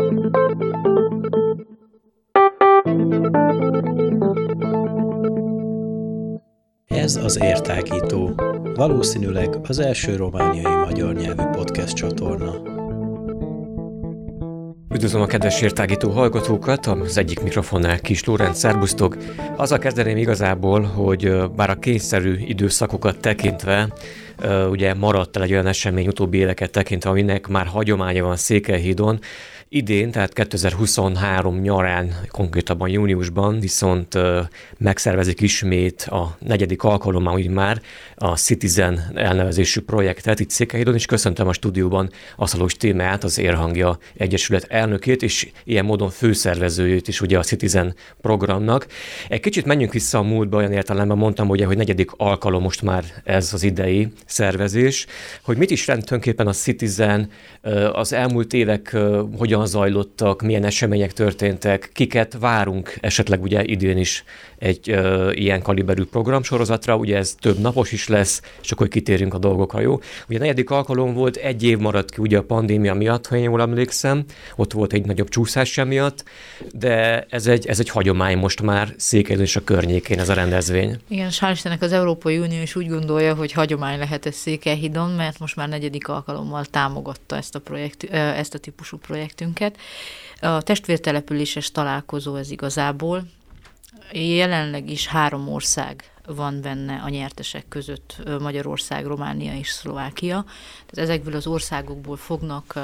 Ez az Értágító, valószínűleg az első romániai magyar nyelvű podcast csatorna. Üdvözlöm a kedves értágító hallgatókat, az egyik mikrofonnál Kis Lórenc, szerbusztok. Azzal kezdeném igazából, hogy bár a kényszerű időszakokat tekintve, ugye maradt el egy olyan esemény utóbbi éveket tekintve, aminek már hagyománya van Székelyhídon. Idén, tehát 2023 nyarán, konkrétabban júniusban viszont megszervezik ismét a 4. alkalommal úgy már a Citizen elnevezésű projektet itt Székelyhídon, és köszöntöm a stúdióban Aszalós Tímeát, az Érhangja Egyesület elnökét, és ilyen módon főszervezőjét is ugye a Citizen programnak. Egy kicsit menjünk vissza a múltba, olyan értelemben mondtam ugye, hogy 4. alkalom most már ez az idei szervezés, hogy mit is rend tulajdonképpen a Citizen, az elmúlt évek hogyan zajlottak, milyen események történtek, kiket várunk esetleg ugye idén is egy ilyen kaliberű programsorozatra, ugye ez több napos is lesz, és akkor kitérünk a dolgokra, jó? Ugye a 4. alkalom volt, egy év maradt ki ugye a pandémia miatt, ha én jól emlékszem, ott volt egy nagyobb csúszás sem miatt, de ez egy hagyomány most már Székelyhídon és a környékén ez a rendezvény. Igen, hál' Istennek az Európai Unió is úgy gondolja, hogy hagyomány lehet ez Székelyhídon, mert most már 4. alkalommal támogatta ezt a típusú projektünket. A testvértelepüléses találkozó ez igazából. Jelenleg is 3 ország van benne a nyertesek között, Magyarország, Románia és Szlovákia. Tehát ezekből az országokból fognak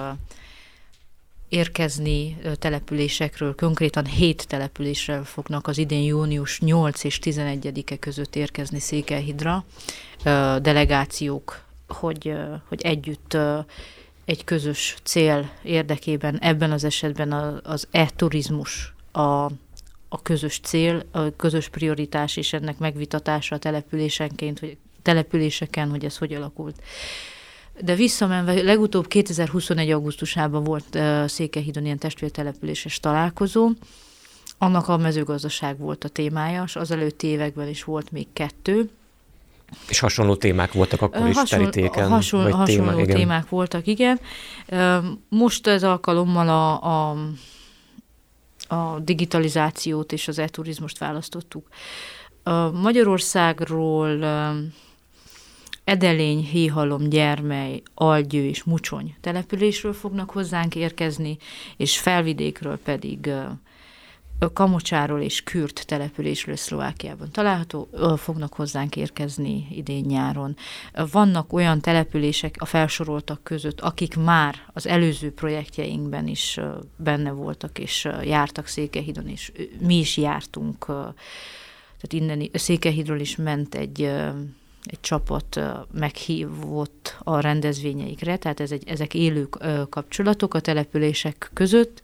érkezni településekről, konkrétan 7 településről fognak az idén június 8 és 11-e között érkezni Székelyhídra delegációk, hogy együtt egy közös cél érdekében, ebben az esetben az e-turizmus a közös cél, a közös prioritás és ennek megvitatása a településeken, hogy ez hogy alakult. De visszamenve, legutóbb 2021. augusztusában volt Székelyhídon ilyen testvértelepüléses találkozó, annak a mezőgazdaság volt a témája, és az előtti években is volt még 2. És hasonló témák voltak akkor is terítéken? Hasonló témák voltak, igen. Most ez alkalommal a digitalizációt és az e-turizmust választottuk. Magyarországról Edelény, Héhalom, Gyermely, Algyő és Mucsony településről fognak hozzánk érkezni, és Felvidékről pedig Kamocsáról és Kürt településről Szlovákiában található, fognak hozzánk érkezni idén nyáron. Vannak olyan települések a felsoroltak között, akik már az előző projektjeinkben is benne voltak, és jártak Székelyhídon, és mi is jártunk. Tehát innen Székelyhídról is ment egy csapat, meghívott a rendezvényeikre, tehát ezek élő kapcsolatok a települések között,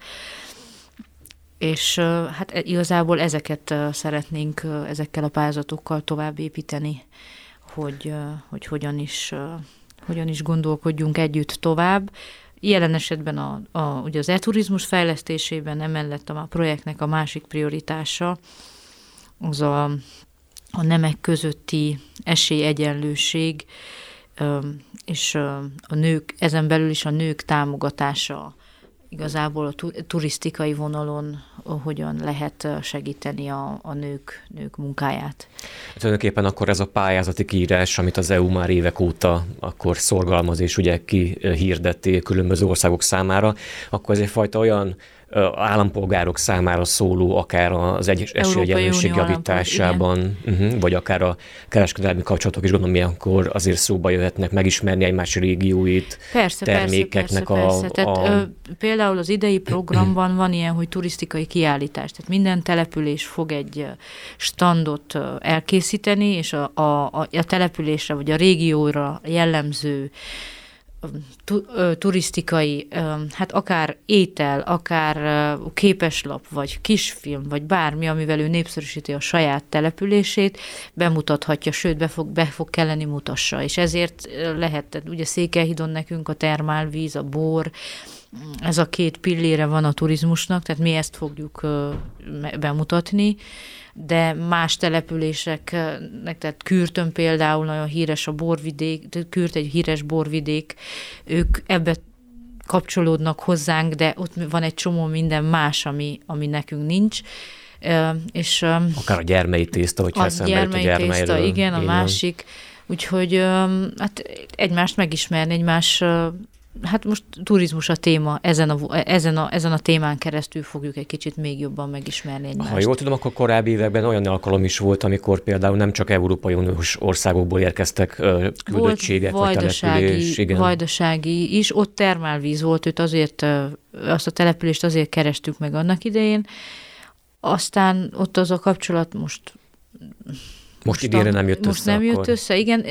és hát igazából ezeket szeretnénk ezekkel a pályázatokkal tovább építeni, hogy hogyan is gondolkodjunk együtt tovább. Jelen esetben ugye az e-turizmus fejlesztésében emellett a projektnek a másik prioritása az a nemek közötti esélyegyenlőség, és a nők, ezen belül is a nők támogatása. Igazából a turisztikai vonalon hogyan lehet segíteni a nők munkáját. Tulajdonképpen akkor ez a pályázati kiírás, amit az EU már évek óta akkor szorgalmaz és ugye kihirdették különböző országok számára, akkor ez egyfajta olyan állampolgárok számára szóló, akár az esélyegyenlőség javításában, vagy akár a kereskedelmi kapcsolatok is gondolom, ilyenkor azért szóba jöhetnek megismerni egymás régióit, termékeknek persze. Tehát, például az idei programban van ilyen, hogy turisztikai kiállítás, tehát minden település fog egy standot elkészíteni, és a településre vagy a régióra jellemző turisztikai, hát akár étel, akár képeslap, vagy kisfilm, vagy bármi, amivel ő népszerűsíti a saját települését, bemutathatja, sőt, be fog kelleni mutassa. És ezért lehet, ugye Székelyhídon nekünk a termálvíz, a bor, ez a 2 pillére van a turizmusnak, tehát mi ezt fogjuk bemutatni, de más településeknek, tehát Kürtön például nagyon híres a borvidék, Kürt egy híres borvidék, ők ebbe kapcsolódnak hozzánk, de ott van egy csomó minden más, ami nekünk nincs. És, akár a gyermei tészta, hogyha eszembe jut a gyermeiről. Igen, a másik. Úgyhogy hát egymást megismerni, hát most turizmus a téma, ezen a témán keresztül fogjuk egy kicsit még jobban megismerni egymást. Ha jól tudom, akkor korábbi években olyan alkalom is volt, amikor például nem csak Európai Uniós országokból érkeztek küldöttségek, vagy település. Igen. Vajdasági is, ott termálvíz volt, azt a települést azért kerestük meg annak idején. Aztán ott az a kapcsolat most idénre nem jött össze. Most nem jött össze, igen,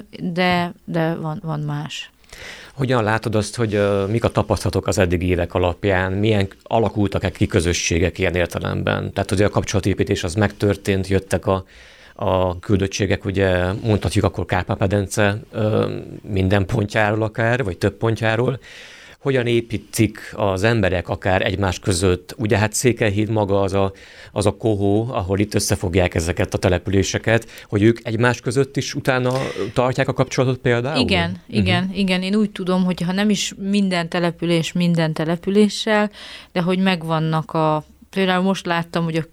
de van más. Hogyan látod azt, hogy mik a tapasztalatok az eddigi évek alapján? Milyen alakultak-e ki közösségek ilyen értelemben? Tehát ugye a kapcsolatépítés az megtörtént, jöttek a küldöttségek, ugye mondhatjuk akkor Kárpát-medence minden pontjáról akár, vagy több pontjáról. Hogyan építik az emberek akár egymás között? Ugye hát Székelyhíd maga az a kohó, ahol itt összefogják ezeket a településeket, hogy ők egymás között is utána tartják a kapcsolatot például? Igen. Én úgy tudom, hogy ha nem is minden település minden településsel, de hogy megvannak például most láttam, hogy a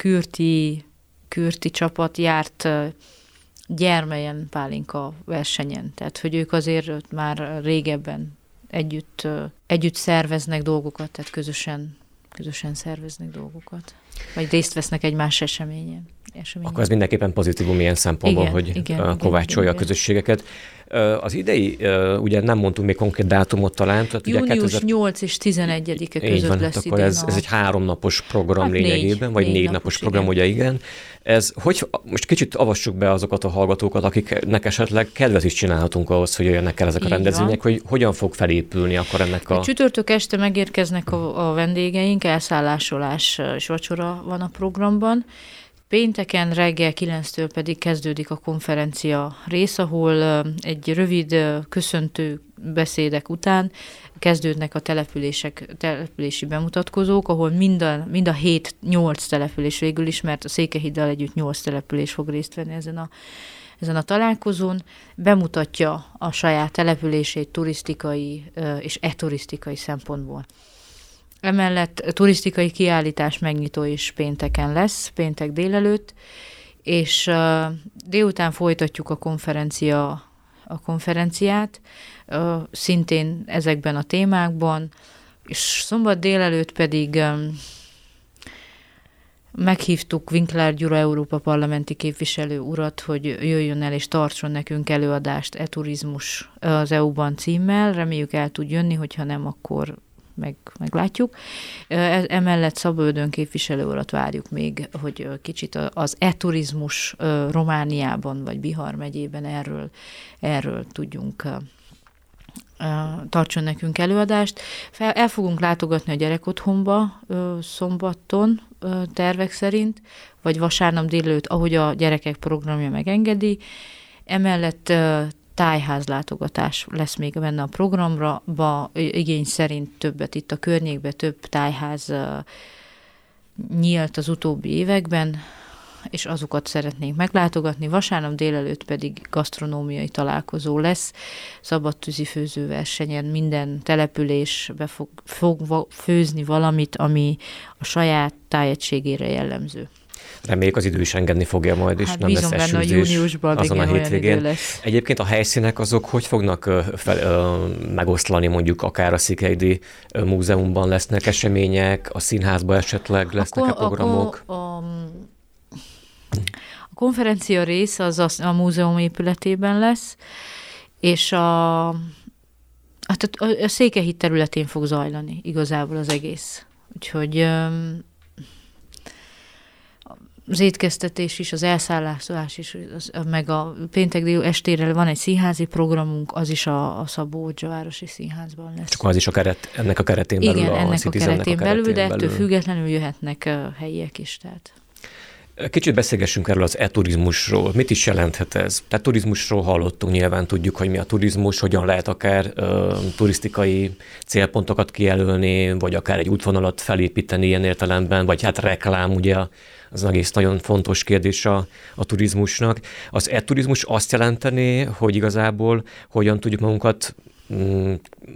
kürti csapat járt Gyermelyen pálinka versenyen. Tehát, hogy ők azért már régebben együtt szerveznek dolgokat, tehát közösen szerveznek dolgokat, vagy részt vesznek egymás eseményen. Akkor ez mindenképpen pozitívum ilyen szempontból, hogy kovácsolja a közösségeket. Az idei, ugye nem mondtunk még konkrét dátumot talán. Tehát június 8 és 11-e között lesz akkor ez egy 3 napos program lényegében, vagy 4 napos program, igen. Ugye igen. Most kicsit avassuk be azokat a hallgatókat, akiknek esetleg kedvet is csinálhatunk ahhoz, hogy jöjjenek el ezek a rendezvények, hogy hogyan fog felépülni akkor ennek a... Csütörtök este megérkeznek a vendégeink, elszállásolás és vacsora van a programban. Pénteken reggel 9-től pedig kezdődik a konferencia rész, ahol egy rövid köszöntő beszédek után kezdődnek a települési bemutatkozók, ahol mind a 7-8 település végül is, mert a Székelyhíddal együtt 8 település fog részt venni ezen a találkozón, bemutatja a saját települését turisztikai és eturisztikai szempontból. Emellett turisztikai kiállítás megnyitó is pénteken lesz, péntek délelőtt, és délután folytatjuk a konferenciát, szintén ezekben a témákban, és szombat délelőtt pedig meghívtuk Winkler Gyula Európa parlamenti képviselő urat, hogy jöjjön el és tartson nekünk előadást e-turizmus az EU-ban címmel. Reméljük el tud jönni, hogyha nem, akkor meglátjuk. Emellett Szabó Ödön képviselő urat várjuk még, hogy kicsit az e-turizmus Romániában vagy Bihar megyében erről tudjunk tartson nekünk előadást. El fogunk látogatni a gyerekotthonba szombaton tervek szerint, vagy vasárnap délelőtt, ahogy a gyerekek programja megengedi. Emellett tájházlátogatás lesz még benne a programra, igény szerint többet itt a környékben, több tájház nyílt az utóbbi években, és azokat szeretnénk meglátogatni. Vasárnap délelőtt pedig gasztronómiai találkozó lesz, szabadtűzi főzőversenyen minden település fog főzni valamit, ami a saját tájegységére jellemző. Reméljük az idő is engedni fogja majd, és hát nem lesz esőzés júniusban, azon a hétvégén. Egyébként a helyszínek azok hogy fognak megoszlani, mondjuk akár a Székelyhídi Múzeumban lesznek események, a színházban esetleg lesznek programok? A konferencia rész az a múzeum épületében lesz, és a Székelyhíd területén fog zajlani igazából az egész. Úgyhogy az étkeztetés is, az elszállásolás is, meg a péntek dél estére van egy színházi programunk, az is a Szabó-Odzsa Városi Színházban lesz. Csak az is ennek a keretén belül. Igen, ennek a keretén belül, de ettől függetlenül jöhetnek helyiek is. Tehát. Kicsit beszélgessünk erről az e-turizmusról. Mit is jelenthet ez? Tehát turizmusról hallottunk, nyilván tudjuk, hogy mi a turizmus, hogyan lehet akár turisztikai célpontokat kijelölni, vagy akár egy útvonalat felépíteni ilyen értelemben, vagy hát reklám, ugye az egész nagyon fontos kérdés a turizmusnak. Az e-turizmus azt jelenteni, hogy igazából hogyan tudjuk magunkat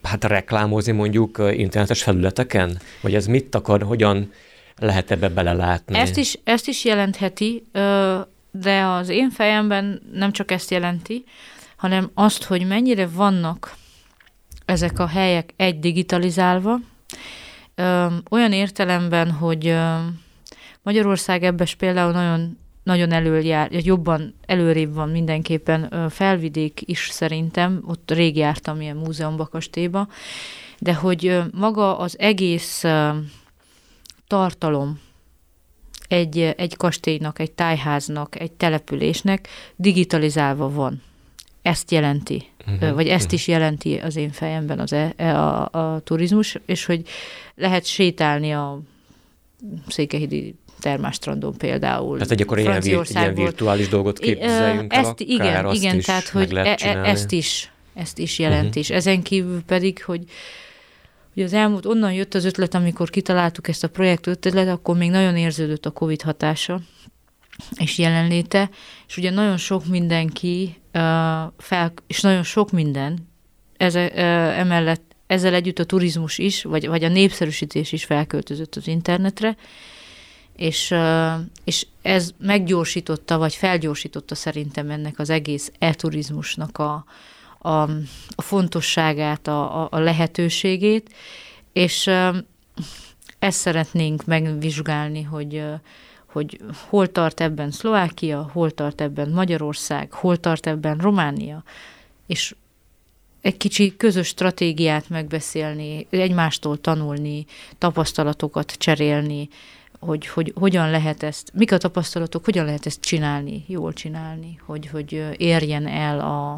reklámozni mondjuk internetes felületeken? Vagy ez mit akar, hogyan lehet ebbe belelátni? Ezt is jelentheti, de az én fejemben nem csak ezt jelenti, hanem azt, hogy mennyire vannak ezek a helyek digitalizálva, olyan értelemben, hogy Magyarország ebben például nagyon jobban előrébb van mindenképpen, Felvidék is szerintem, ott rég jártam ilyen múzeumba, kastélyba, de hogy maga az egész tartalom egy kastélynak, egy tájháznak, egy településnek digitalizálva van. Ezt jelenti, vagy ezt is jelenti az én fejemben a turizmus, és hogy lehet sétálni a Székelyhídi termásstrandon például. Tehát akkor ilyen virtuális dolgot képzeljünk el, igen, tehát hogy ezt is jelenti. És ezen kívül pedig, hogy az elmúlt, onnan jött az ötlet, amikor kitaláltuk ezt a projekt ötletet, akkor még nagyon érződött a Covid hatása és jelenléte, és ugye nagyon sok mindenki és nagyon sok minden, emellett ezzel együtt a turizmus is, vagy a népszerűsítés is felköltözött az internetre, és ez meggyorsította, vagy felgyorsította szerintem ennek az egész e-turizmusnak a fontosságát, a lehetőségét, és ezt szeretnénk megvizsgálni, hogy hol tart ebben Szlovákia, hol tart ebben Magyarország, hol tart ebben Románia, és egy kicsi közös stratégiát megbeszélni, egymástól tanulni, tapasztalatokat cserélni, hogy hogyan lehet ezt, mik a tapasztalatok, hogyan lehet ezt csinálni, jól csinálni, hogy érjen el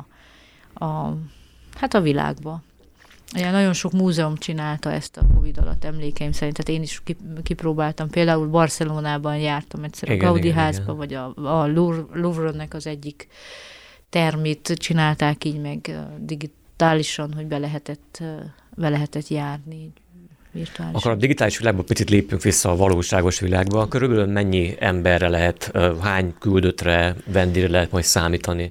a világba. Ugye nagyon sok múzeum csinálta ezt a Covid alatt, emlékeim szerint, tehát én is kipróbáltam. Például Barcelonában jártam egyszer a Gaudi házba, vagy a Louvre-nek az egyik termét csinálták így meg digitálisan, hogy be lehetett járni virtuálisan. Akkor a digitális világban picit lépjünk vissza a valóságos világba. Körülbelül mennyi emberre lehet, hány küldöttre, vendégre lehet majd számítani?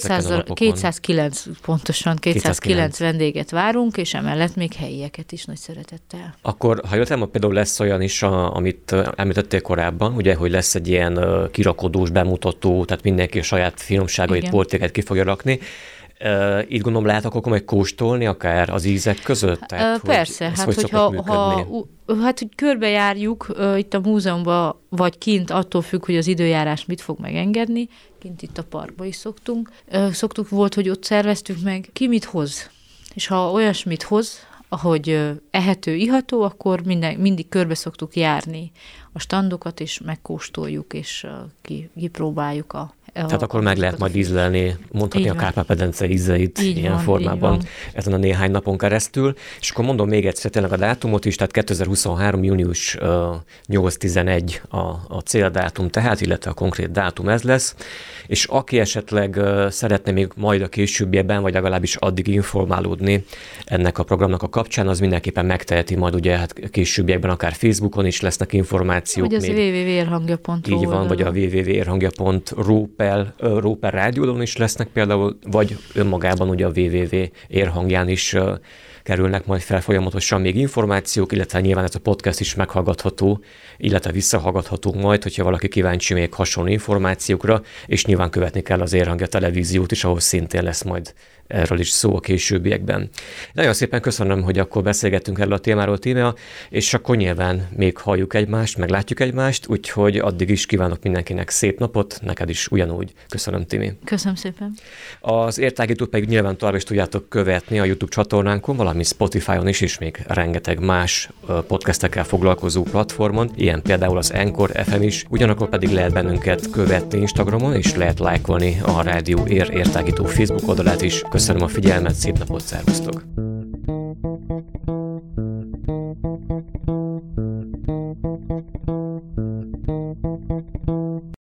209 pontosan, 209 vendéget várunk, és emellett még helyieket is nagy szeretettel. Akkor, ha jöttem, például lesz olyan is, amit említettél korábban, ugye, hogy lesz egy ilyen kirakodós bemutató, tehát mindenki a saját finomságait, portéket ki fogja rakni. Itt gondolom lehet akkor majd kóstolni akár az ízek között? Tehát, persze, hogy körbejárjuk itt a múzeumban, vagy kint, attól függ, hogy az időjárás mit fog megengedni. Kint itt a parkban is szoktuk, volt, hogy ott szerveztük meg, ki mit hoz. És ha olyasmit hoz, ahogy ehető, iható, akkor mindig körbe szoktuk járni a standokat, és megkóstoljuk, és kipróbáljuk tehát akkor meg lehet majd ízlelni, mondhatni a Kárpát-medence ízeit ilyen formában ezen a néhány napon keresztül. És akkor mondom még egyszer tényleg a dátumot is, tehát 2023. június 8-11 a céldátum tehát, illetve a konkrét dátum ez lesz. És aki esetleg szeretne még majd a későbbiekben, vagy legalábbis addig informálódni ennek a programnak a kapcsán, az mindenképpen megteheti majd ugye hát későbbiekben, akár Facebookon is lesznek információk. Vagy az www.érhangja.ru. Így van, vagy a www.érhangja.ru per rádiódon is lesznek például, vagy önmagában ugye a www.érhangján is kerülnek majd fel folyamatosan még információk, illetve nyilván ez a podcast is meghallgatható, illetve visszahallgatható majd, hogyha valaki kíváncsi még hasonló információkra, és nyilván követni kell az Érhangja televíziót is, ahol szintén lesz majd erről is szó a későbbiekben. Nagyon szépen köszönöm, hogy akkor beszélgettünk erről a témáról, Tímea, és akkor nyilván még halljuk egymást, meglátjuk egymást, úgyhogy addig is kívánok mindenkinek szép napot, neked is ugyanúgy. Köszönöm, Timi. Köszönöm szépen. Az Értágítót pedig nyilván tovább is tudjátok követni a YouTube csatornánkon, valamint Spotify-on is, és még rengeteg más podcastekkel foglalkozó platformon, ilyen például az Anchor FM is, ugyanakkor pedig lehet bennünket követni Instagramon, és lehet lájkolni a Rádió Értágító Facebook oldalát is. Köszönöm a figyelmet, szép napot, szervusztok!